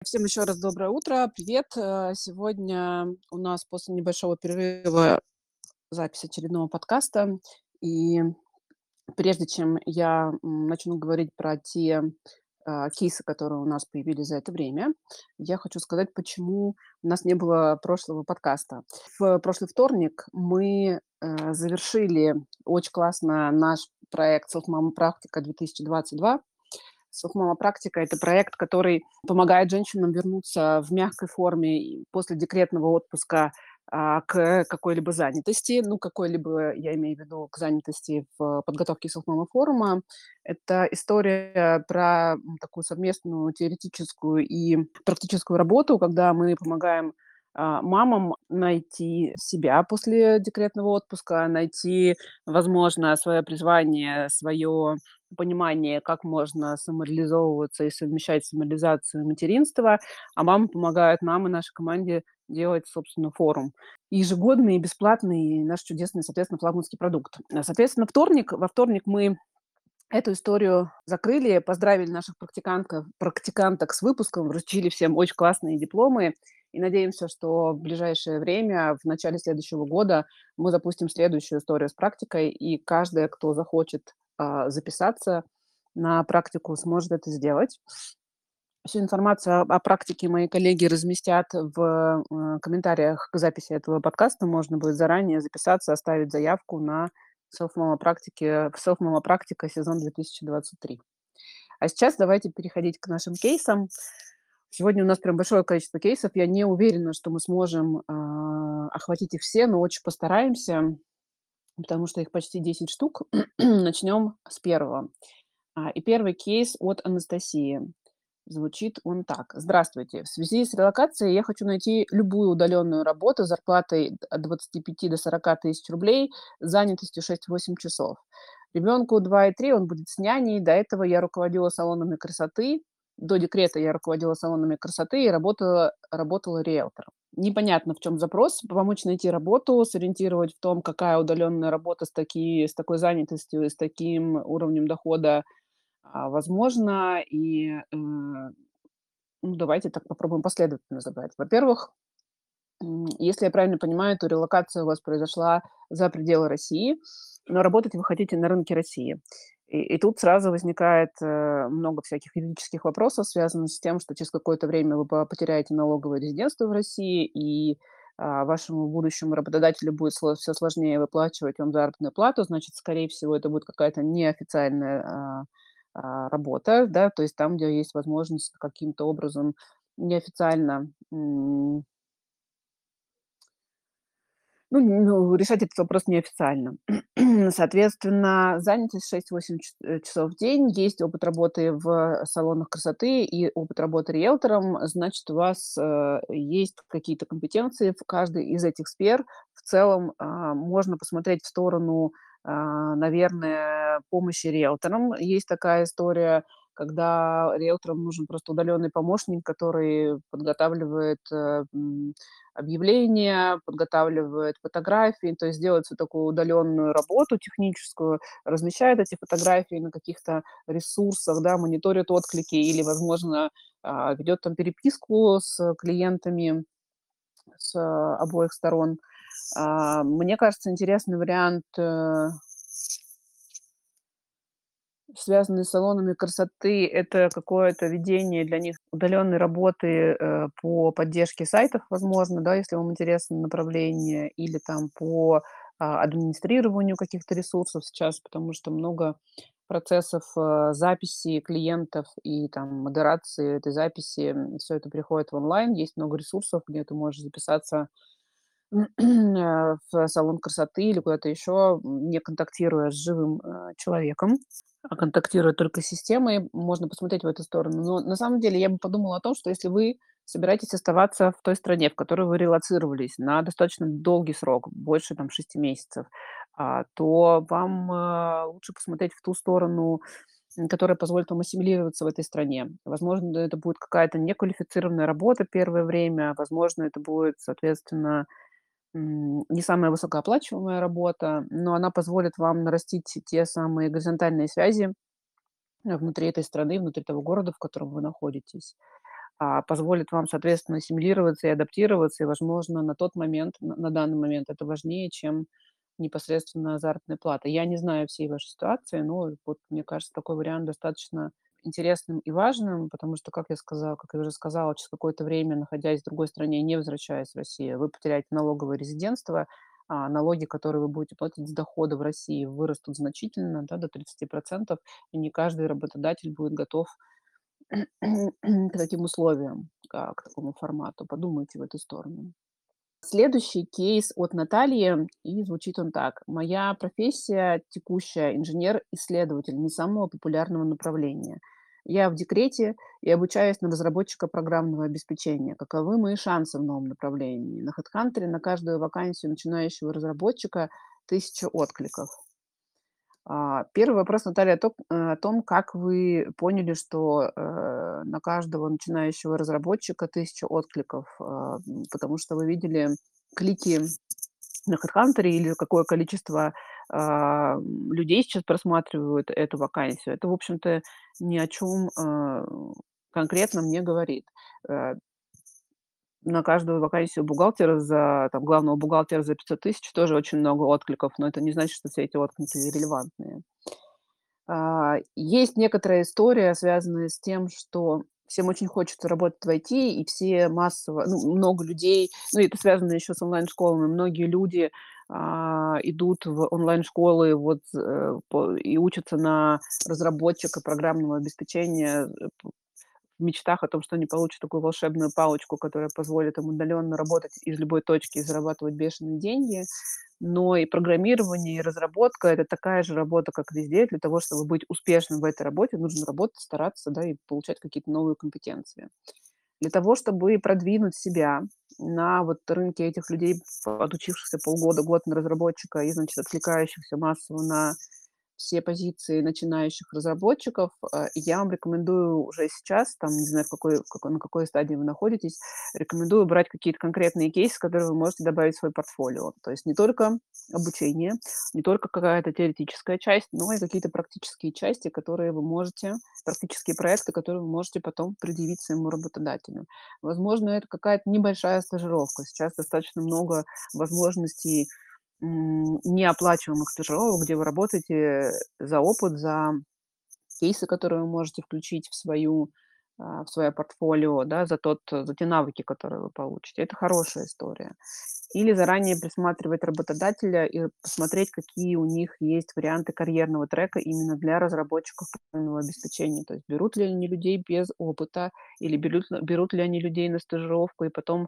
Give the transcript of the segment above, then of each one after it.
Всем еще раз доброе утро. Привет. Сегодня у нас после небольшого перерыва запись очередного подкаста. И прежде чем я начну говорить про те кейсы, которые у нас появились за это время, я хочу сказать, почему у нас не было прошлого подкаста. В прошлый вторник мы завершили очень классно наш проект «Селф-мама практика 2022». Софмама практика — это проект, который помогает женщинам вернуться в мягкой форме и после декретного отпуска, к какой-либо занятости. Ну, какой-либо, я имею в виду, к занятости в подготовке Софмама форума. Это история про, такую совместную теоретическую и практическую работу, когда мы помогаем, мамам найти себя после декретного отпуска, найти, возможно, свое призвание, свое понимание, как можно самореализовываться и совмещать самореализацию и материнство, а мамы помогают нам и нашей команде делать, собственно, форум. Ежегодный, бесплатный наш чудесный, соответственно, флагманский продукт. Соответственно, во вторник мы эту историю закрыли, поздравили наших практиканток с выпуском, вручили всем очень классные дипломы и надеемся, что в ближайшее время, в начале следующего года, мы запустим следующую историю с практикой, и каждая, кто захочет записаться на практику, сможет это сделать. Всю информацию о практике мои коллеги разместят в комментариях к записи этого подкаста. Можно будет заранее записаться, оставить заявку на селф-мама практика сезон 2023. А сейчас давайте переходить к нашим кейсам. Сегодня у нас прям большое количество кейсов. Я не уверена, что мы сможем охватить их все, но очень постараемся, потому что их почти 10 штук. Начнем с первого. И первый кейс от Анастасии. Звучит он так. Здравствуйте. В связи с релокацией я хочу найти любую удаленную работу с зарплатой от 25 до 40 тысяч рублей с занятостью 6-8 часов. Ребенку 2 и 3, он будет с няней. До этого я руководила салонами красоты. До декрета я руководила салонами красоты и работала риэлтором. Непонятно, в чем запрос. Помочь найти работу, сориентировать в том, какая удаленная работа с такой занятостью и с таким уровнем дохода возможно. Ну, давайте так попробуем последовательно забрать. Во-первых, если я правильно понимаю, то релокация у вас произошла за пределы России, но работать вы хотите на рынке России. И тут сразу возникает много всяких юридических вопросов, связанных с тем, что через какое-то время вы потеряете налоговое резидентство в России, и вашему будущему работодателю будет все сложнее выплачивать вам заработную плату, значит, скорее всего, это будет какая-то неофициальная работа, да, то есть там, где есть возможность каким-то образом неофициально решать этот вопрос неофициально. Соответственно, занятость 6-8 часов в день, есть опыт работы в салонах красоты и опыт работы риэлтором, значит, у вас есть какие-то компетенции в каждой из этих сфер. В целом, можно посмотреть в сторону, наверное, помощи риэлторам. Есть такая история, когда риэлторам нужен просто удаленный помощник, который подготавливает объявления, подготавливает фотографии, то есть делает всю такую удаленную работу техническую, размещает эти фотографии на каких-то ресурсах, да, мониторит отклики или, возможно, ведет там переписку с клиентами с обоих сторон. Мне кажется, интересный вариант, связанный с салонами красоты, это какое-то ведение для них удаленной работы, по поддержке сайтов, возможно, да, если вам интересно направление, или там по, администрированию каких-то ресурсов сейчас, потому что много процессов, записи клиентов и там модерации этой записи, все это приходит в онлайн. Есть много ресурсов, где ты можешь записаться в салон красоты или куда-то еще, не контактируя с живым, человеком, а контактируя только с системой. Можно посмотреть в эту сторону. Но на самом деле я бы подумала о том, что если вы собираетесь оставаться в той стране, в которой вы релоцировались на достаточно долгий срок, больше там 6 месяцев, то вам, лучше посмотреть в ту сторону, которая позволит вам ассимилироваться в этой стране. Возможно, это будет какая-то неквалифицированная работа первое время, возможно, это будет, соответственно, не самая высокооплачиваемая работа, но она позволит вам нарастить те самые горизонтальные связи внутри этой страны, внутри того города, в котором вы находитесь. позволит вам, соответственно, ассимилироваться и адаптироваться. И, возможно, на тот момент, на данный момент это важнее, чем непосредственно заработная плата. Я не знаю всей вашей ситуации, но вот мне кажется, такой вариант достаточно интересным и важным, потому что, как я сказала, как я уже сказала, через какое-то время, находясь в другой стране, не возвращаясь в Россию, вы потеряете налоговое резидентство, налоги, которые вы будете платить с дохода в России, вырастут значительно, да, до 30%, и не каждый работодатель будет готов к таким условиям, к такому формату. Подумайте в эту сторону. Следующий кейс от Натальи, и звучит он так. Моя профессия текущая инженер-исследователь не самого популярного направления. Я в декрете и обучаюсь на разработчика программного обеспечения. Каковы мои шансы в новом направлении? На HeadHunter на каждую вакансию начинающего разработчика 1000 откликов. Первый вопрос, Наталья, о том, как вы поняли, что, на каждого начинающего разработчика 1000 откликов, потому что вы видели клики на HeadHunter или какое количество, людей сейчас просматривают эту вакансию. Это, в общем-то, ни о чем конкретном не говорит. Э, на каждую вакансию бухгалтера главного бухгалтера за 500 000 тоже очень много откликов, но это не значит, что все эти отклики релевантные. Есть некоторая история, связанная с тем, что всем очень хочется работать в IT, и все массово, ну, много людей, ну, и это связано еще с онлайн-школами. Многие люди идут в онлайн-школы и учатся на разработчика программного обеспечения в мечтах о том, что они получат такую волшебную палочку, которая позволит им удаленно работать из любой точки и зарабатывать бешеные деньги. Но и программирование, и разработка — это такая же работа, как везде. Для того, чтобы быть успешным в этой работе, нужно работать, стараться, да, и получать какие-то новые компетенции. Для того, чтобы продвинуть себя на вот рынке этих людей, отучившихся полгода, год на разработчика и, значит, откликающихся массово на все позиции начинающих разработчиков. Я вам рекомендую уже сейчас, там, не знаю, на какой стадии вы находитесь, рекомендую брать какие-то конкретные кейсы, которые вы можете добавить в свой портфолио. То есть не только обучение, не только какая-то теоретическая часть, но и какие-то практические части, практические проекты, которые вы можете потом предъявить своему работодателю. Возможно, это какая-то небольшая стажировка. Сейчас достаточно много возможностей неоплачиваемых стажировок, где вы работаете за опыт, за кейсы, которые вы можете включить в свое портфолио, да, за те навыки, которые вы получите. Это хорошая история. Или заранее присматривать работодателя и посмотреть, какие у них есть варианты карьерного трека именно для разработчиков программного обеспечения. То есть берут ли они людей без опыта или берут ли они людей на стажировку, и потом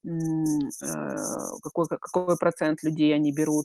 какой процент людей они берут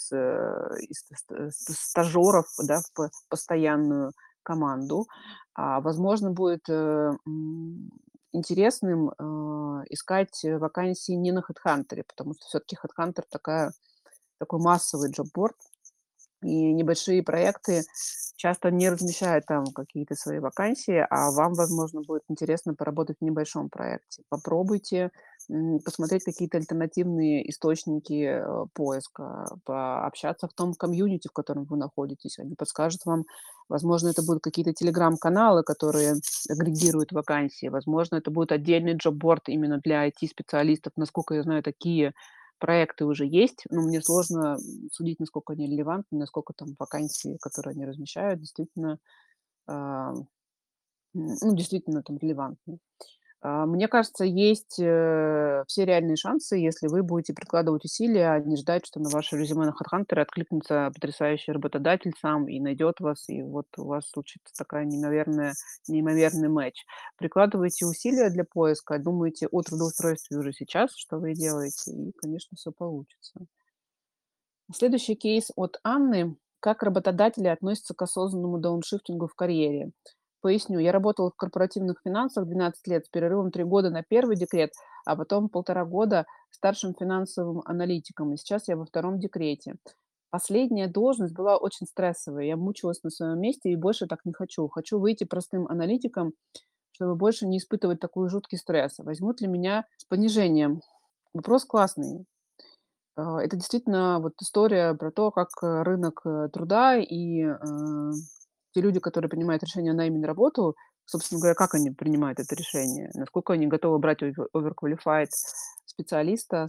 из стажеров, да, в постоянную команду. Возможно, будет интересным искать вакансии не на HeadHunter, потому что все-таки HeadHunter такой массовый джобборд, и небольшие проекты часто не размещают там какие-то свои вакансии, а вам, возможно, будет интересно поработать в небольшом проекте. Попробуйте посмотреть какие-то альтернативные источники поиска, пообщаться в том комьюнити, в котором вы находитесь. Они подскажут вам, возможно, это будут какие-то телеграм-каналы, которые агрегируют вакансии, возможно, это будет отдельный джобборд именно для IT-специалистов. Насколько я знаю, такие проекты уже есть, но мне сложно судить, насколько они релевантны, насколько там вакансии, которые они размещают, а, ну, действительно там релевантны. Мне кажется, есть все реальные шансы, если вы будете прикладывать усилия, а не ждать, что на ваше резюме на HeadHunter откликнется потрясающий работодатель сам и найдет вас, и вот у вас случится такая неимоверный матч. Прикладывайте усилия для поиска, думайте о трудоустройстве уже сейчас, что вы делаете, и, конечно, все получится. Следующий кейс от Анны. Как работодатели относятся к осознанному дауншифтингу в карьере? Поясню. Я работала в корпоративных финансах 12 лет с перерывом 3 года на первый декрет, а потом 1,5 года старшим финансовым аналитиком. И сейчас я во втором декрете. Последняя должность была очень стрессовая. Я мучилась на своем месте и больше так не хочу. Хочу выйти простым аналитиком, чтобы больше не испытывать такой жуткий стресс. Возьмут ли меня с понижением? Вопрос классный. Это действительно вот история про то, как рынок труда и те люди, которые принимают решение о найме на работу, Собственно говоря, как они принимают это решение? Насколько они готовы брать overqualified специалиста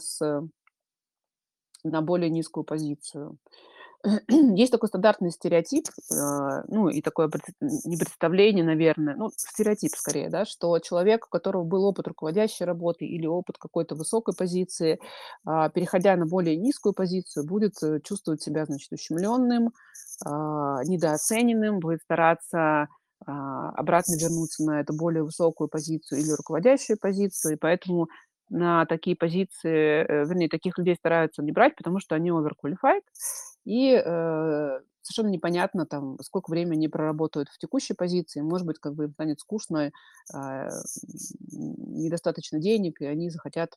на более низкую позицию? Есть такой стандартный стереотип, ну, и такое не представление, наверное, ну, стереотип скорее, да, что человек, у которого был опыт руководящей работы или опыт какой-то высокой позиции, переходя на более низкую позицию, будет чувствовать себя, значит, ущемленным, недооцененным, будет стараться обратно вернуться на эту более высокую позицию или руководящую позицию, и поэтому на такие позиции, вернее, таких людей стараются не брать, потому что они overqualified, и, совершенно непонятно, там, сколько времени они проработают в текущей позиции. Может быть, как бы им станет скучно, недостаточно денег, и они захотят,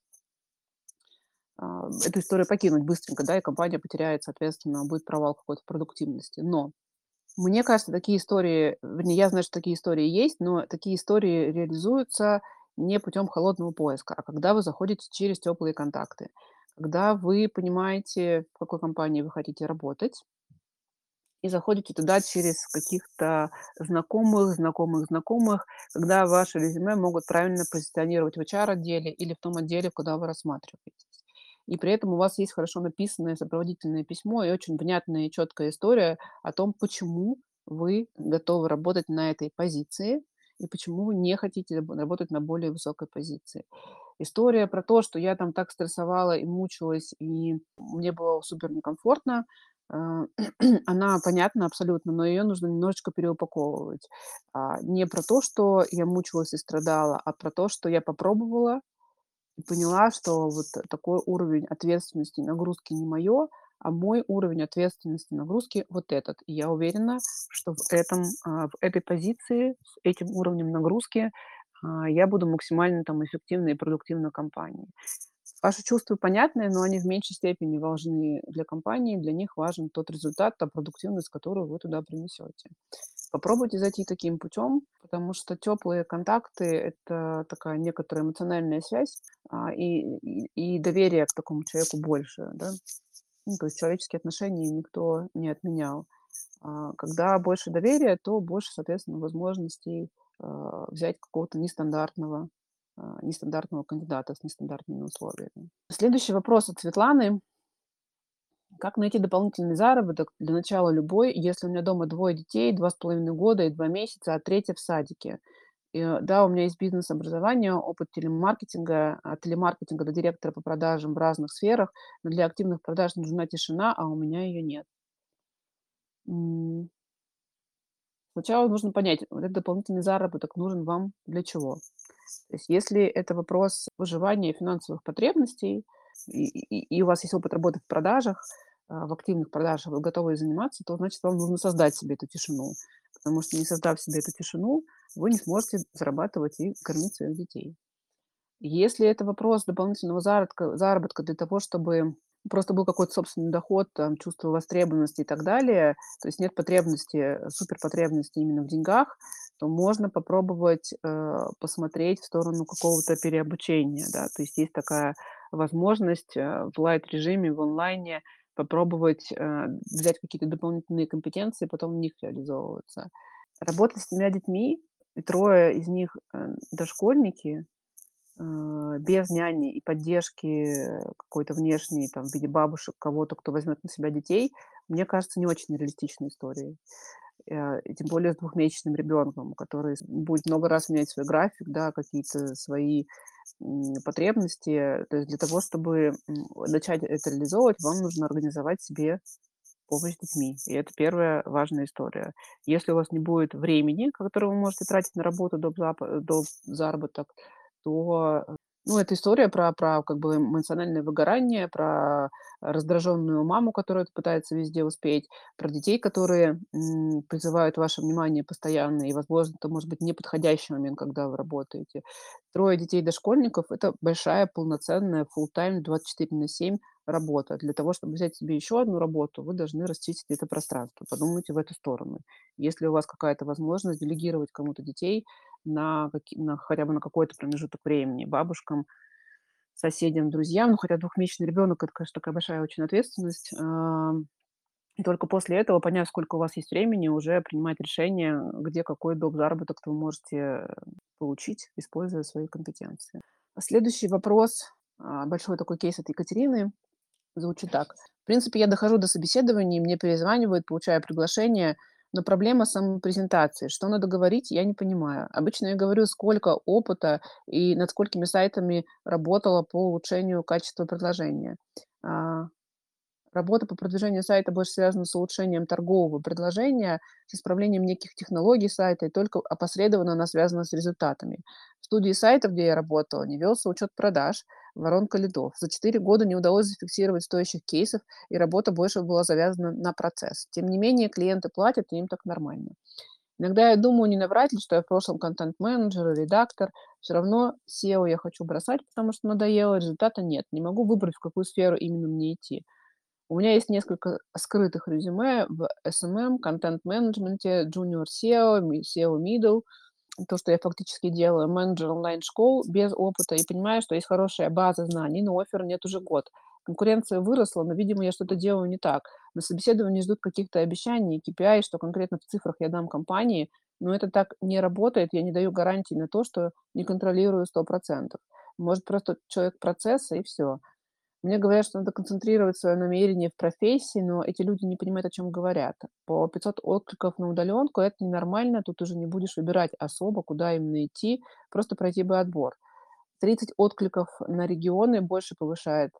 эту историю покинуть быстренько, да, и компания потеряет, соответственно, будет провал какой-то в продуктивности. Но мне кажется, такие истории, вернее, я знаю, что такие истории есть, но такие истории реализуются не путем холодного поиска, а когда вы заходите через теплые контакты, когда вы понимаете, в какой компании вы хотите работать, и заходите туда через каких-то знакомых, знакомых, знакомых, когда ваше резюме могут правильно позиционировать в HR-отделе или в том отделе, куда вы рассматриваетесь. И при этом у вас есть хорошо написанное сопроводительное письмо и очень внятная и четкая история о том, почему вы готовы работать на этой позиции и почему вы не хотите работать на более высокой позиции. История про то, что я там так стрессовала и мучилась, и мне было супер некомфортно, а, она понятна абсолютно, но ее нужно немножечко переупаковывать. Не про то, что я мучилась и страдала, а про то, что я попробовала и поняла, что вот такой уровень ответственности и нагрузки не мое, а мой уровень ответственности и нагрузки вот этот. И я уверена, что в этой позиции, с этим уровнем нагрузки, я буду максимально там эффективна и продуктивна компании. Ваши чувства понятны, но они в меньшей степени важны для компании. Для них важен тот результат, та продуктивность, которую вы туда принесете. Попробуйте зайти таким путем, потому что теплые контакты — это такая некоторая эмоциональная связь, и доверие к такому человеку больше, да. Ну, то есть человеческие отношения никто не отменял. Когда больше доверия, то больше, соответственно, возможностей, взять какого-то нестандартного кандидата с нестандартными условиями. Следующий вопрос от Светланы. Как найти дополнительный заработок? Для начала любой, если у меня дома двое детей, 2,5 года и 2 месяца, а третья в садике. Да, у меня есть бизнес-образование, опыт телемаркетинга, от телемаркетинга до директора по продажам в разных сферах, но для активных продаж нужна тишина, а у меня ее нет. М, Сначала нужно понять, вот этот дополнительный заработок нужен вам для чего. То есть если это вопрос выживания и финансовых потребностей, и у вас есть опыт работы в продажах, в активных продажах, вы готовы заниматься, то значит вам нужно создать себе эту тишину. Потому что не создав себе эту тишину, вы не сможете зарабатывать и кормить своих детей. Если это вопрос дополнительного заработка для того, чтобы просто был какой-то собственный доход, там, чувство востребованности и так далее, то есть нет потребности, суперпотребности именно в деньгах, то можно попробовать, посмотреть в сторону какого-то переобучения, да. То есть есть такая возможность, в лайт-режиме, в онлайне попробовать, взять какие-то дополнительные компетенции, потом в них реализовываться. Работа с 7 детьми, и трое из них, дошкольники, без няни и поддержки, какой-то внешней, там, в виде бабушек, кого-то, кто возьмет на себя детей, мне кажется, не очень реалистичной историей. И тем более с двухмесячным ребенком, который будет много раз менять свой график, да, какие-то свои потребности. То есть для того, чтобы начать это реализовывать, вам нужно организовать себе помощь с детьми. И это первая важная история. Если у вас не будет времени, которое вы можете тратить на работу до заработок, то, ну, это история про как бы эмоциональное выгорание, про раздраженную маму, которая пытается везде успеть, про детей, которые, призывают ваше внимание постоянно, и, возможно, это может быть неподходящий момент, когда вы работаете. Трое детей-дошкольников — это большая, полноценная, full-time, 24/7 работа. Для того, чтобы взять себе еще одну работу, вы должны расчистить это пространство. Подумайте в эту сторону. Если у вас какая-то возможность делегировать кому-то детей на хотя бы на какой-то промежуток времени, бабушкам, соседям, друзьям, ну, хотя двухмесячный ребенок — это, конечно, такая большая очень ответственность. И только после этого, поняв, сколько у вас есть времени, уже принимать решение, где какой доп. Заработок вы можете получить, используя свои компетенции. Следующий вопрос, большой такой кейс от Екатерины, звучит так. В принципе, я дохожу до собеседования, мне перезванивают, получаю приглашение, но проблема с самопрезентацией. Что надо говорить, я не понимаю. Обычно я говорю, сколько опыта и над сколькими сайтами работала по улучшению качества предложения. А, Работа по продвижению сайта больше связана с улучшением торгового предложения, с исправлением неких технологий сайта, и только опосредованно она связана с результатами. В студии сайта, где я работала, не велся учет продаж, воронка лидов. За 4 года не удалось зафиксировать стоящих кейсов, и работа больше была завязана на процесс. Тем не менее, клиенты платят, и им так нормально. Иногда я думаю, не наврать ли, что я в прошлом контент-менеджер и редактор. Все равно SEO я хочу бросать, потому что надоело, результата нет. Не могу выбрать, в какую сферу именно мне идти. У меня есть несколько скрытых резюме в SMM, контент-менеджменте, Junior SEO, SEO Middle. То, что я фактически делаю, менеджер онлайн-школ без опыта и понимаю, что есть хорошая база знаний, но оффера нет уже год. Конкуренция выросла, но, видимо, я что-то делаю не так. На собеседовании ждут каких-то обещаний, KPI, что конкретно в цифрах я дам компании, но это так не работает, я не даю гарантий на то, что не контролирую 100%. Может, просто человек процесса и все. Мне говорят, что надо концентрировать свое намерение в профессии, но эти люди не понимают, о чем говорят. По 500 откликов на удаленку — это ненормально, тут уже не будешь выбирать особо, куда именно идти, просто пройти бы отбор. 30 откликов на регионы больше повышает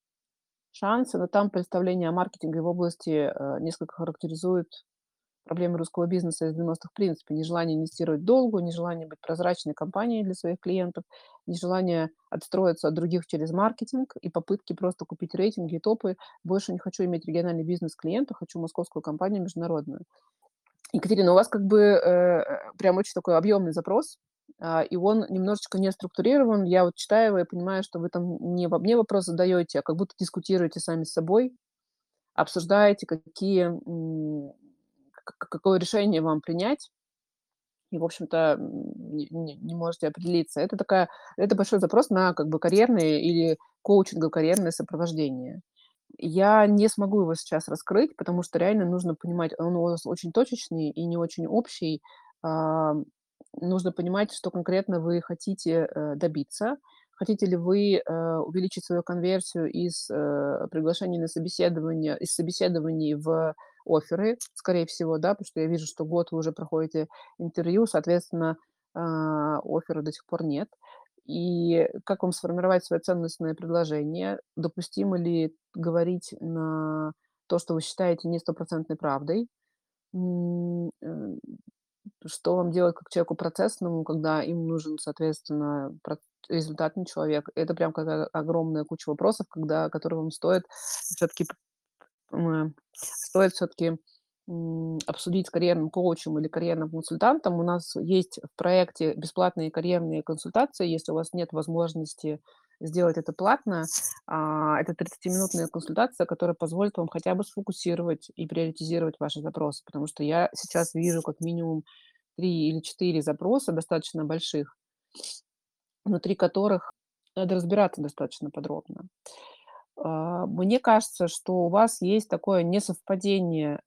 шансы, но там представление о маркетинге в области несколько характеризует проблемы русского бизнеса из 90-х, в принципе, нежелание инвестировать долгу, нежелание быть прозрачной компанией для своих клиентов, нежелание отстроиться от других через маркетинг и попытки просто купить рейтинги и топы. Больше не хочу иметь региональный бизнес клиента, хочу московскую компанию международную. Екатерина, у вас как бы прям очень такой объемный запрос, и он немножечко не структурирован. Я вот читаю его и понимаю, что вы там не во мне вопрос задаете, а как будто дискутируете сами с собой, обсуждаете, какое решение вам принять, и, в общем-то, не можете определиться. Это большой запрос на как бы карьерное или коучингово-карьерное сопровождение. Я не смогу его сейчас раскрыть, потому что реально нужно понимать, он у вас очень точечный и не очень общий. А, Нужно понимать, что конкретно вы хотите добиться. Хотите ли вы увеличить свою конверсию из приглашений на собеседование, из собеседований в офферы, скорее всего, да, потому что я вижу, что год вы уже проходите интервью, соответственно, оффера до сих пор нет. И как вам сформировать свое ценностное предложение? Допустимо ли говорить на то, что вы считаете не стопроцентной правдой? М, э, что вам делать как человеку процессному, когда им нужен, соответственно, результатный человек? Это прям какая огромная куча вопросов, которые вам все-таки стоит все-таки обсудить с карьерным коучем или карьерным консультантом. У нас есть в проекте бесплатные карьерные консультации. Если у вас нет возможности сделать это платно, это 30-минутная консультация, которая позволит вам хотя бы сфокусировать и приоритизировать ваши запросы. Потому что я сейчас вижу как минимум 3 или 4 запроса достаточно больших, внутри которых надо разбираться достаточно подробно. Мне кажется, что у вас есть такое несовпадение,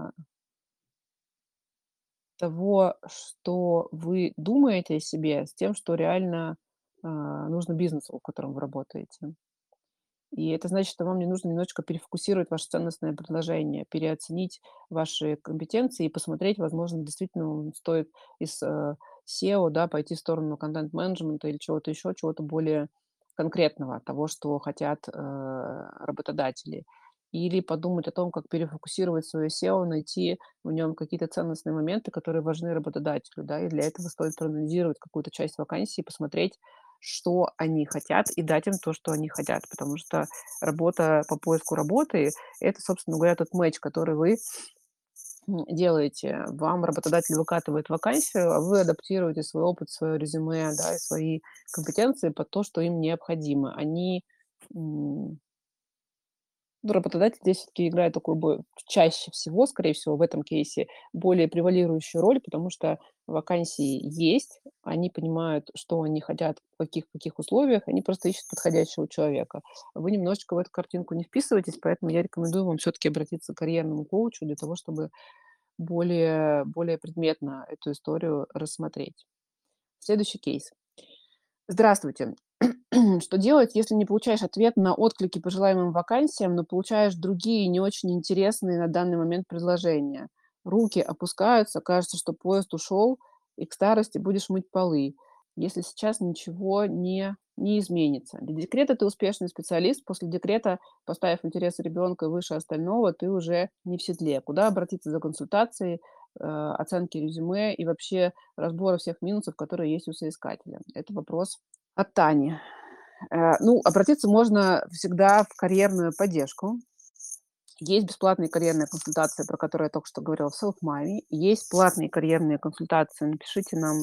того, что вы думаете о себе, с тем, что реально, нужно бизнесу, в котором вы работаете. И это значит, что вам не нужно немножечко перефокусировать ваше ценностное предложение, переоценить ваши компетенции и посмотреть, возможно, действительно вам стоит из SEO, да, пойти в сторону контент-менеджмента или чего-то еще, чего-то более конкретного, того, что хотят работодатели. Или подумать о том, как перефокусировать свое SEO, найти в нем какие-то ценностные моменты, которые важны работодателю, да, и для этого стоит проанализировать какую-то часть вакансии, посмотреть, что они хотят, и дать им то, что они хотят. Потому что работа по поиску работы — это, собственно говоря, тот мэч, который вы делаете. Вам работодатель выкатывает вакансию, а вы адаптируете свой опыт, свое резюме, да, и свои компетенции под то, что им необходимо. Они м, Ну, работодатель здесь все-таки играет такую чаще всего, скорее всего, в этом кейсе более превалирующую роль, потому что вакансии есть, они понимают, что они хотят, в каких условиях, они просто ищут подходящего человека. Вы немножечко в эту картинку не вписываетесь, поэтому я рекомендую вам все-таки обратиться к карьерному коучу для того, чтобы более предметно эту историю рассмотреть. Следующий кейс. Здравствуйте. Что делать, если не получаешь ответ на отклики по желаемым вакансиям, но получаешь другие не очень интересные на данный момент предложения? Руки опускаются, кажется, что поезд ушел, и к старости будешь мыть полы, если сейчас ничего не изменится. Для декрета ты успешный специалист, после декрета, поставив интересы ребенка выше остального, ты уже не в седле. Куда обратиться за консультацией, оценки резюме и вообще разбора всех минусов, которые есть у соискателя? Это вопрос от Тани. Ну, обратиться можно всегда в карьерную поддержку. Есть бесплатные карьерные консультации, про которые я только что говорила, в SelfMoney. Есть платные карьерные консультации. Напишите нам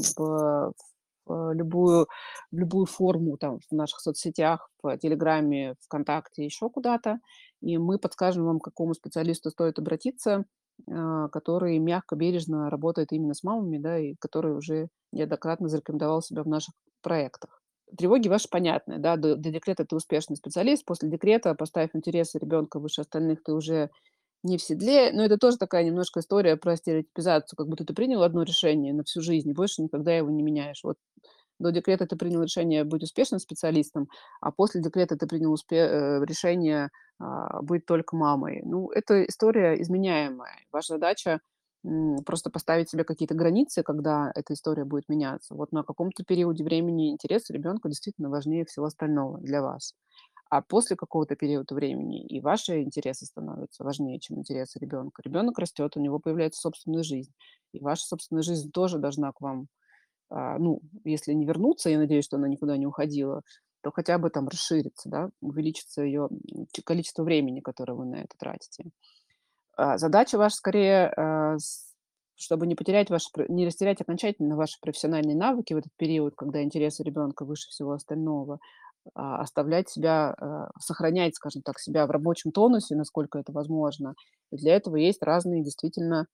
в любую форму там, в наших соцсетях, в Телеграме, ВКонтакте, еще куда-то, и мы подскажем вам, к какому специалисту стоит обратиться, который мягко, бережно работает именно с мамами, да, и который уже неоднократно зарекомендовал себя в наших проектах. Тревоги ваши понятны, да. До декрета ты успешный специалист, после декрета, поставив интересы ребенка выше остальных, ты уже не в седле. Но это тоже такая немножко история про стереотипизацию, как будто ты принял одно решение на всю жизнь и больше никогда его не меняешь. Вот до декрета ты принял решение быть успешным специалистом, а после декрета ты принял решение, быть только мамой. Ну, это история изменяемая. Ваша задача, просто поставить себе какие-то границы, когда эта история будет меняться. Вот на каком-то периоде времени интересы ребенка действительно важнее всего остального для вас. А после какого-то периода времени и ваши интересы становятся важнее, чем интересы ребенка. Ребенок растет, у него появляется собственная жизнь. И ваша собственная жизнь тоже должна к вам, ну, если не вернуться, я надеюсь, что она никуда не уходила, то хотя бы там расшириться, да, увеличится ее количество времени, которое вы на это тратите. Задача ваша скорее, чтобы не потерять не растерять окончательно ваши профессиональные навыки в этот период, когда интересы ребенка выше всего остального, оставлять себя, сохранять, скажем так, себя в рабочем тонусе, насколько это возможно. И для этого есть разные действительно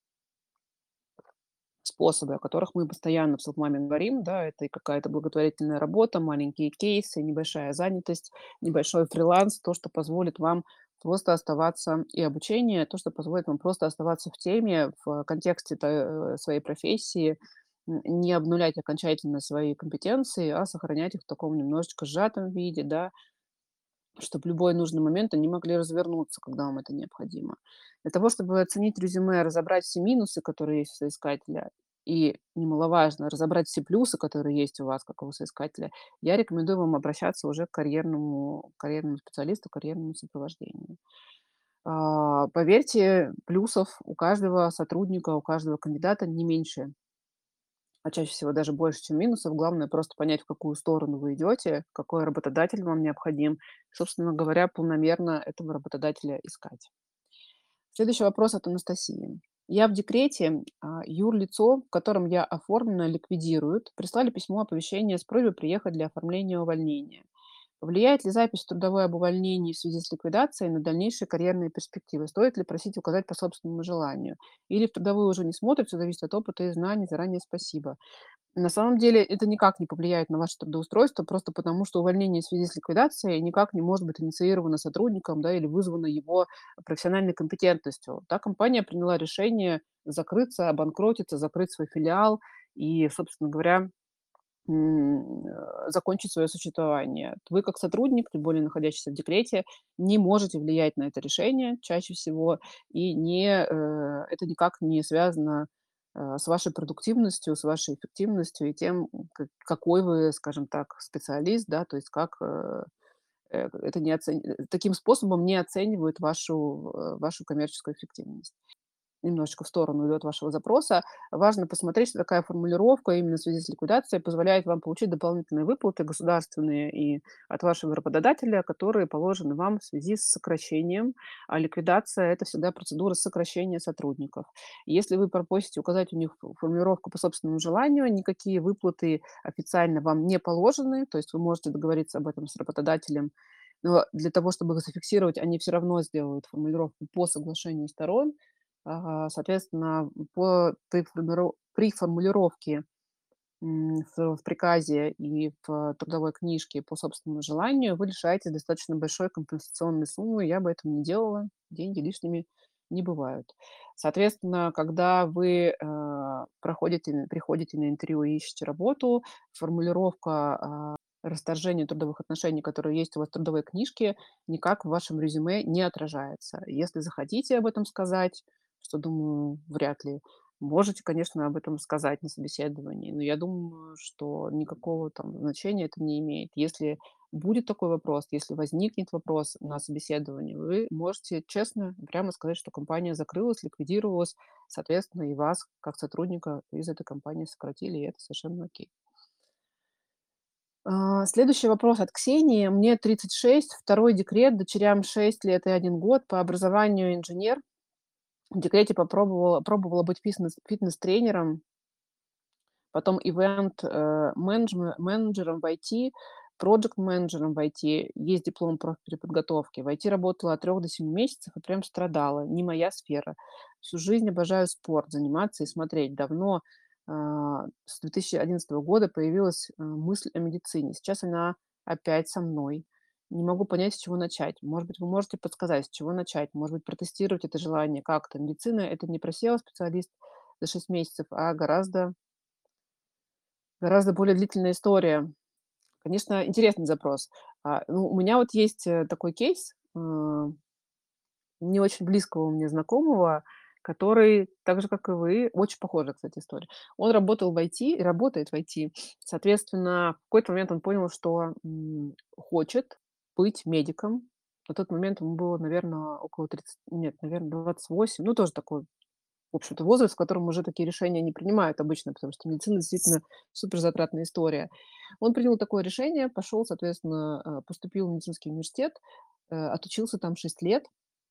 способы, о которых мы постоянно в "Соцмаме" говорим, да. Это и какая-то благотворительная работа, маленькие кейсы, небольшая занятость, небольшой фриланс, то, что позволит вам просто оставаться и обучение, то, что позволит вам просто оставаться в теме, в контексте своей профессии, не обнулять окончательно свои компетенции, а сохранять их в таком немножечко сжатом виде, да, чтобы в любой нужный момент они могли развернуться, когда вам это необходимо. Для того, чтобы оценить резюме, разобрать все минусы, которые есть у соискателя, и немаловажно, разобрать все плюсы, которые есть у вас, как у соискателя, я рекомендую вам обращаться уже к карьерному специалисту, карьерному сопровождению. Поверьте, плюсов у каждого сотрудника, у каждого кандидата не меньше, а чаще всего даже больше, чем минусов. Главное просто понять, в какую сторону вы идете, какой работодатель вам необходим. Собственно говоря, полномерно этого работодателя искать. Следующий вопрос от Анастасии. Я в декрете, юрлицо, в котором я оформлена, ликвидируют. Прислали письмо оповещения с просьбой приехать для оформления увольнения. Повлияет ли запись в трудовое об увольнении в связи с ликвидацией на дальнейшие карьерные перспективы? Стоит ли просить указать по собственному желанию? Или в трудовую уже не смотрят, все зависит от опыта и знаний. Заранее спасибо. На самом деле это никак не повлияет на ваше трудоустройство, просто потому что увольнение в связи с ликвидацией никак не может быть инициировано сотрудником, да, или вызвано его профессиональной компетентностью. Та компания приняла решение закрыться, обанкротиться, закрыть свой филиал и, собственно говоря, закончить свое существование. Вы как сотрудник, тем более находящийся в декрете, не можете влиять на это решение чаще всего, и это никак не связано с вашей продуктивностью, с вашей эффективностью и тем, какой вы, скажем так, специалист, да, то есть это таким способом не оценивают вашу коммерческую эффективность. Немножечко в сторону идет вашего запроса. Важно посмотреть, что такая формулировка именно в связи с ликвидацией позволяет вам получить дополнительные выплаты государственные и от вашего работодателя, которые положены вам в связи с сокращением. А ликвидация– это всегда процедура сокращения сотрудников. Если вы попросите указать у них формулировку по собственному желанию, никакие выплаты официально вам не положены, то есть вы можете договориться об этом с работодателем, Но для того, чтобы их зафиксировать, они все равно сделают формулировку по соглашению сторон. Соответственно, при формулировке в приказе и в трудовой книжке по собственному желанию вы лишаетесь достаточно большой компенсационной суммы. Я бы этого не делала. Деньги лишними не бывают. Соответственно, когда вы приходите на интервью и ищете работу, формулировка расторжения трудовых отношений, которые есть у вас в трудовой книжке, никак в вашем резюме не отражается. Если захотите об этом сказать, что, думаю, вряд ли, можете, конечно, об этом сказать на собеседовании, но я думаю, что никакого там значения это не имеет. Если будет такой вопрос, если возникнет вопрос на собеседовании, вы можете честно, прямо сказать, что компания закрылась, ликвидировалась, соответственно, и вас, как сотрудника из этой компании сократили, и это совершенно окей. Следующий вопрос от Ксении. Мне 36, второй декрет, дочерям 6 лет и 1 год, по образованию инженер. В декрете пробовала быть фитнес-тренером, потом менеджером в IT, проджект-менеджером в IT. Есть диплом профпереподготовки. В IT работала от 3 до 7 месяцев и прям страдала. Не моя сфера. Всю жизнь обожаю спорт, заниматься и смотреть. Давно, с 2011 года появилась мысль о медицине. Сейчас она опять со мной. Не могу понять, с чего начать. Может быть, вы можете подсказать, с чего начать? Может быть, протестировать это желание как-то. Медицина– это не про SEO-специалист за 6 месяцев, а гораздо более длительная история. Конечно, интересный запрос. Ну, у меня вот есть, такой кейс, не очень близкого мне знакомого, который, так же, как и вы, очень похожая, кстати, история. Он работал в IT и работает в IT. Соответственно, в какой-то момент он понял, что, хочет быть медиком. На тот момент ему было, наверное, около 30, нет, наверное, 28. Ну, тоже такой, в общем-то, возраст, в котором уже такие решения не принимают обычно, потому что медицина действительно суперзатратная история. Он принял такое решение, пошел, соответственно, поступил в медицинский университет, отучился там 6 лет,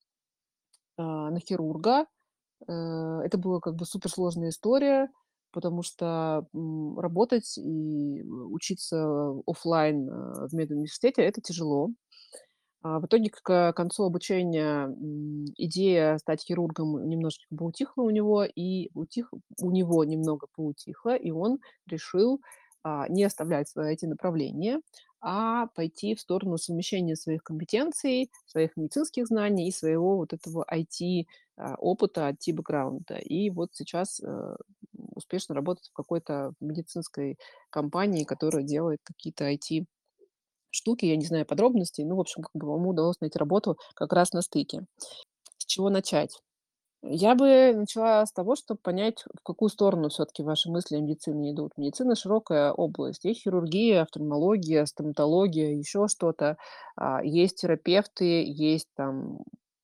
на хирурга. Это была как бы суперсложная история, потому что, работать и учиться оффлайн, в медуниверситете- это тяжело. В итоге к концу обучения, идея стать хирургом немножечко поутихла у него, у него немного поутихла, и он решил, не оставлять свое IT-направление, а пойти в сторону совмещения своих компетенций, своих медицинских знаний и своего вот этого IT, опыта, IT-бэкграунда. И вот сейчас, успешно работает в какой-то медицинской компании, которая делает какие-то IT штуки, я не знаю подробностей. Ну, в общем, как бы ему удалось найти работу как раз на стыке. С чего начать? Я бы начала с того, чтобы понять, в какую сторону все-таки ваши мысли о медицине идут. Медицина широкая область. Есть хирургия, офтальмология, стоматология, еще что-то. Есть терапевты, есть там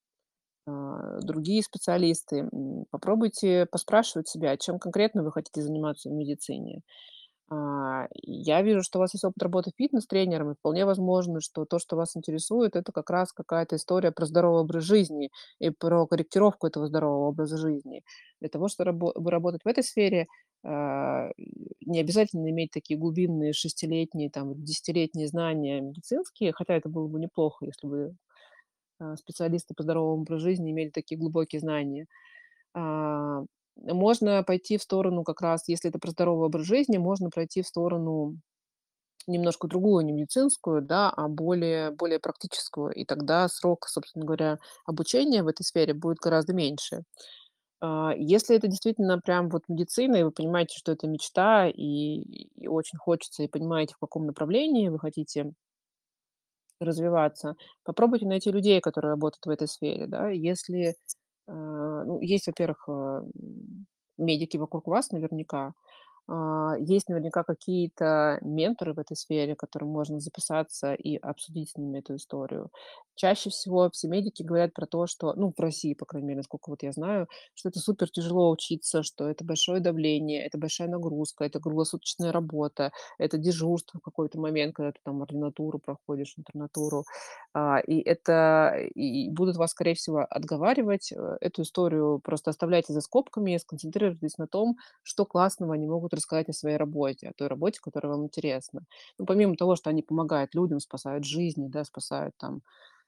другие специалисты. Попробуйте поспрашивать себя, чем конкретно вы хотите заниматься в медицине. Я вижу, что у вас есть опыт работы фитнес-тренером, и вполне возможно, что то, что вас интересует, это как раз какая-то история про здоровый образ жизни и про корректировку этого здорового образа жизни. Для того, чтобы работать в этой сфере, а, не обязательно иметь такие глубинные шестилетние, там, десятилетние знания медицинские, хотя это было бы неплохо, если бы специалисты по здоровому образу жизни имели такие глубокие знания. А, Можно пойти в сторону как раз, если это про здоровый образ жизни, можно пройти в сторону немножко другую, не медицинскую, да, а более практическую. И тогда срок, собственно говоря, обучения в этой сфере будет гораздо меньше. Если это действительно прям вот медицина, и вы понимаете, что это мечта, и очень хочется, и понимаете, в каком направлении вы хотите развиваться, попробуйте найти людей, которые работают в этой сфере, да. Если, ну, есть, во-первых, медики вокруг вас наверняка, есть наверняка какие-то менторы в этой сфере, к которым можно записаться и обсудить с ними эту историю. Чаще всего все медики говорят про то, что, ну, в России, по крайней мере, насколько вот я знаю, что это супер тяжело учиться, что это большое давление, это большая нагрузка, это круглосуточная работа, это дежурство в какой-то момент, когда ты там ординатуру проходишь, интернатуру. И будут вас, скорее всего, отговаривать. Эту историю просто оставляйте за скобками, сконцентрируйтесь на том, что классного они могут рассказать о своей работе, о той работе, которая вам интересна. Ну, помимо того, что они помогают людям, спасают жизни, да, спасают там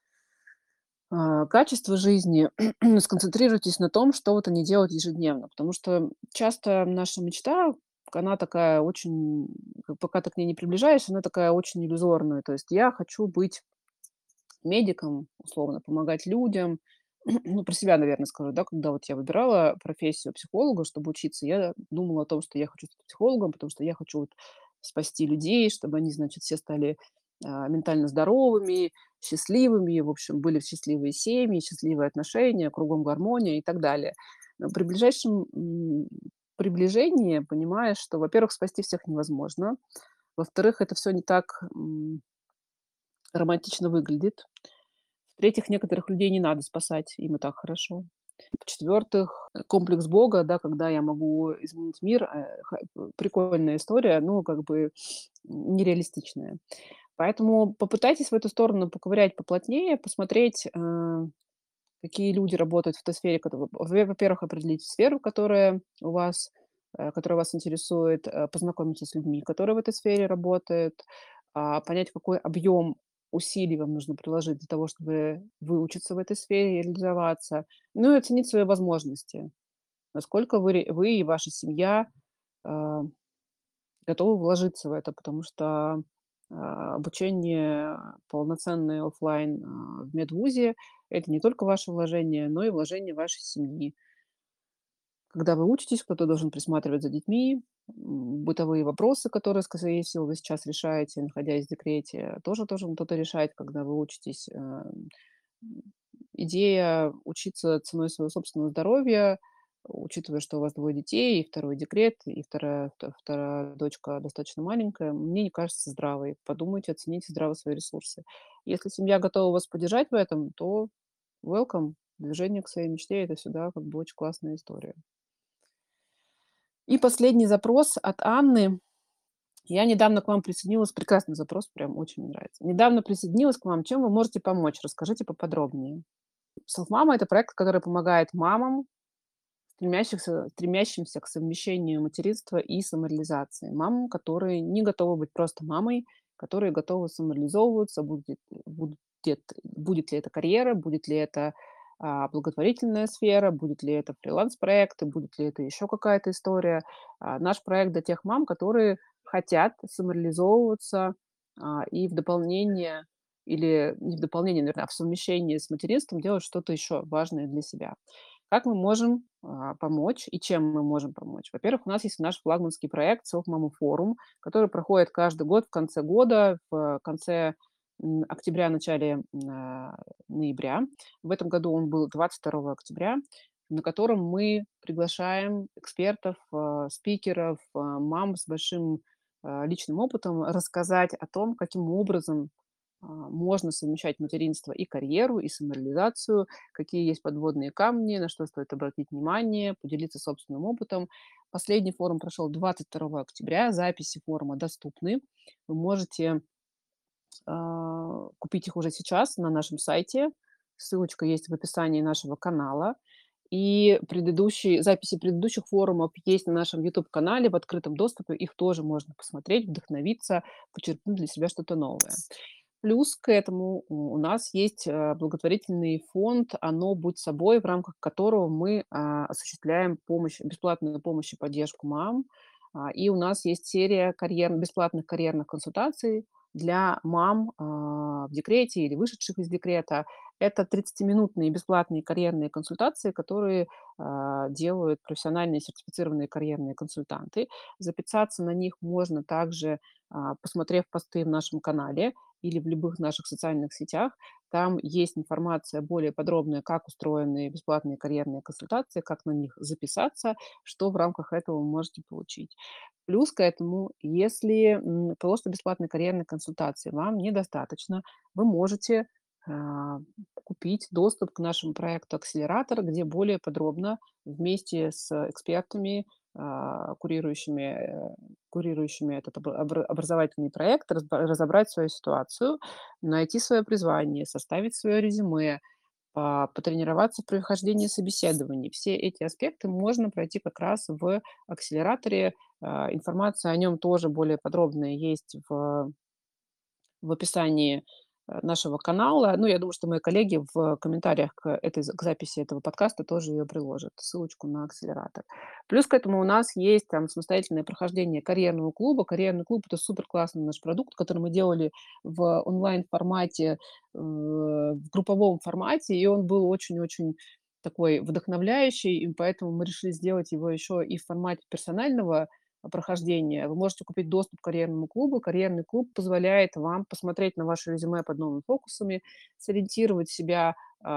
качество жизни, сконцентрируйтесь на том, что вот они делают ежедневно. Потому что часто наша мечта, она такая очень, пока ты к ней не приближаешься, она такая очень иллюзорная. То есть я хочу быть медиком, условно, помогать людям. Ну, про себя, наверное, скажу, да, когда вот я выбирала профессию психолога, чтобы учиться, я думала о том, что я хочу стать психологом, потому что я хочу вот спасти людей, чтобы они, значит, все стали ментально здоровыми, счастливыми, в общем, были счастливые семьи, счастливые отношения, кругом гармония и так далее. Но при ближайшем приближении понимаешь, что, во-первых, спасти всех невозможно, во-вторых, это все не так романтично выглядит, в-третьих, некоторых людей не надо спасать, им и так хорошо. В-четвертых, комплекс Бога, да, когда я могу изменить мир, прикольная история, но как бы нереалистичная. Поэтому попытайтесь в эту сторону поковырять поплотнее, посмотреть, какие люди работают в той сфере, во-первых, определить сферу, которая вас интересует, познакомиться с людьми, которые в этой сфере работают, понять, какой объем усилий вам нужно приложить для того, чтобы выучиться в этой сфере и реализоваться. Ну и оценить свои возможности. Насколько вы и ваша семья а, готовы вложиться в это, потому что обучение полноценное оффлайн в медвузе — это не только ваше вложение, но и вложение вашей семьи. Когда вы учитесь, кто-то должен присматривать за детьми, бытовые вопросы, которые, скорее всего, вы сейчас решаете, находясь в декрете, тоже должен кто-то решать, когда вы учитесь. М, Идея учиться ценой своего собственного здоровья, учитывая, что у вас двое детей, и второй декрет, и вторая дочка достаточно маленькая, мне не кажется здравой. Подумайте, оцените здраво свои ресурсы. Если семья готова вас поддержать в этом, то welcome. Движение к своей мечте — это всегда как бы очень классная история. И последний запрос от Анны. Я недавно к вам присоединилась. Прекрасный запрос, прям очень мне нравится. Недавно присоединилась к вам. Чем вы можете помочь? Расскажите поподробнее. Self-Mama — это проект, который помогает мамам, стремящимся к совмещению материнства и самореализации. Мамам, которые не готовы быть просто мамой, которые готовы самореализовываться, будет ли это карьера, будет ли это благотворительная сфера, будет ли это фриланс-проект, будет ли это еще какая-то история. Наш проект для тех мам, которые хотят самореализовываться и в дополнение или не в дополнение, наверное, а в совмещении с материнством делать что-то еще важное для себя. Как мы можем помочь и чем мы можем помочь? Во-первых, у нас есть наш флагманский проект «Self Mama Forum», который проходит каждый год в конце года, в конце октября, начале ноября. В этом году он был 22 октября, на котором мы приглашаем экспертов, спикеров, мам с большим личным опытом рассказать о том, каким образом можно совмещать материнство и карьеру, и самореализацию, какие есть подводные камни, на что стоит обратить внимание, поделиться собственным опытом. Последний форум прошел 22 октября, записи форума доступны. Вы можете купить их уже сейчас на нашем сайте. Ссылочка есть в описании нашего канала. И записи предыдущих форумов есть на нашем YouTube-канале в открытом доступе. Их тоже можно посмотреть, вдохновиться, почерпнуть для себя что-то новое. Плюс к этому у нас есть благотворительный фонд «Оно будь собой», в рамках которого мы осуществляем бесплатную помощь и поддержку мам. И у нас есть серия бесплатных карьерных консультаций для мам в декрете или вышедших из декрета. Это 30-минутные бесплатные карьерные консультации, которые делают профессиональные сертифицированные карьерные консультанты. Записаться на них можно также, посмотрев посты в нашем канале или в любых наших социальных сетях. Там есть информация более подробная, как устроены бесплатные карьерные консультации, как на них записаться, что в рамках этого вы можете получить. Плюс к этому, если просто бесплатной карьерной консультации вам недостаточно, вы можете а, купить доступ к нашему проекту «Акселератор», где более подробно вместе с экспертами, курирующими этот образовательный проект, разобрать свою ситуацию, найти свое призвание, составить свое резюме, потренироваться в прохождении собеседований. Все эти аспекты можно пройти как раз в акселераторе. Информация о нем тоже более подробная есть в описании, нашего канала. Ну, я думаю, что мои коллеги в комментариях к записи этого подкаста тоже ее приложат, ссылочку на акселератор. Плюс к этому у нас есть там самостоятельное прохождение карьерного клуба. Карьерный клуб — это супер классный наш продукт, который мы делали в онлайн-формате, в групповом формате, и он был очень-очень такой вдохновляющий, и поэтому мы решили сделать его еще и в формате персонального прохождения. Вы можете купить доступ к карьерному клубу. Карьерный клуб позволяет вам посмотреть на ваше резюме под новыми фокусами, сориентировать себя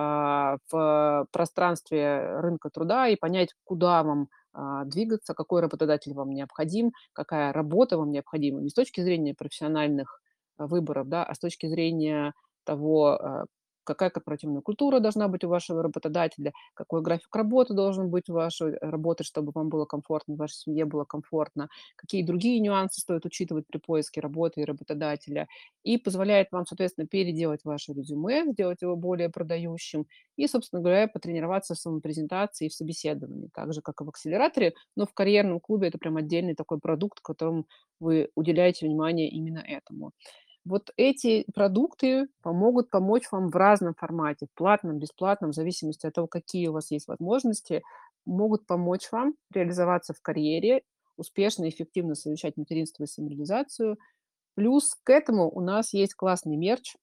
в пространстве рынка труда и понять, куда вам двигаться, какой работодатель вам необходим, какая работа вам необходима. Не с точки зрения профессиональных выборов, да, а с точки зрения того, какая корпоративная культура должна быть у вашего работодателя, какой график работы должен быть у вашей работы, чтобы вам было комфортно, вашей семье было комфортно, какие другие нюансы стоит учитывать при поиске работы и работодателя, и позволяет вам, соответственно, переделать ваше резюме, сделать его более продающим и, собственно говоря, потренироваться в самопрезентации и в собеседовании, так же, как и в акселераторе, но в карьерном клубе это прям отдельный такой продукт, которым вы уделяете внимание именно этому. Вот эти продукты помогут помочь вам в разном формате, в платном, бесплатном, в зависимости от того, какие у вас есть возможности, могут помочь вам реализоваться в карьере, успешно и эффективно совмещать материнство и самореализацию. Плюс к этому у нас есть классный мерч,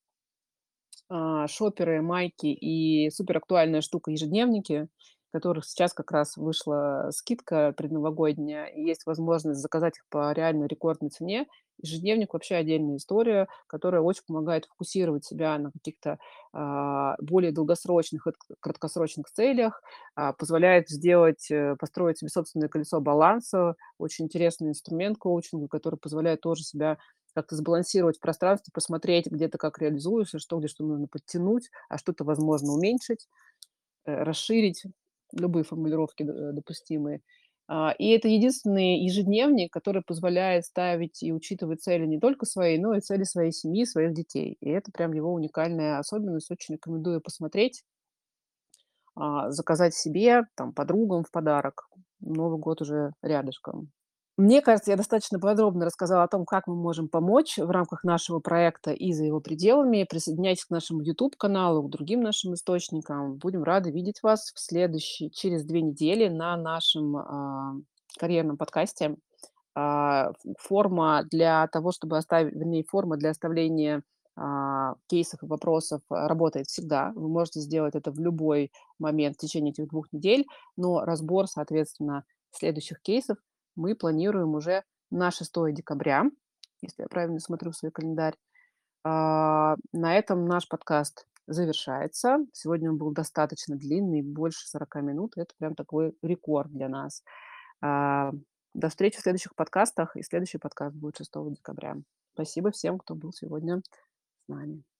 шоперы, майки и суперактуальная штука — ежедневники, которых сейчас как раз вышла скидка предновогодняя, и есть возможность заказать их по реально рекордной цене. Ежедневник — вообще отдельная история, которая очень помогает фокусировать себя на каких-то, более долгосрочных и краткосрочных целях, позволяет построить себе собственное колесо баланса. Очень интересный инструмент коучинга, который позволяет тоже себя как-то сбалансировать в пространстве, посмотреть, где ты как реализуешься, где что нужно подтянуть, а что-то, возможно, уменьшить, расширить. Любые формулировки допустимые. И это единственный ежедневник, который позволяет ставить и учитывать цели не только свои, но и цели своей семьи, своих детей. И это прям его уникальная особенность. Очень рекомендую посмотреть, заказать себе, там, подругам в подарок. Новый год уже рядышком. Мне кажется, я достаточно подробно рассказала о том, как мы можем помочь в рамках нашего проекта и за его пределами. Присоединяйтесь к нашему YouTube-каналу, к другим нашим источникам. Будем рады видеть вас через 2 недели на нашем карьерном подкасте. Форма для того, чтобы оставить, вернее, форма для оставления кейсов и вопросов работает всегда. Вы можете сделать это в любой момент в течение этих 2 недель, но разбор, соответственно, следующих кейсов мы планируем уже на 6 декабря, если я правильно смотрю в свой календарь. На этом наш подкаст завершается. Сегодня он был достаточно длинный, больше 40 минут. Это прям такой рекорд для нас. А, До встречи в следующих подкастах. И следующий подкаст будет 6 декабря. Спасибо всем, кто был сегодня с нами.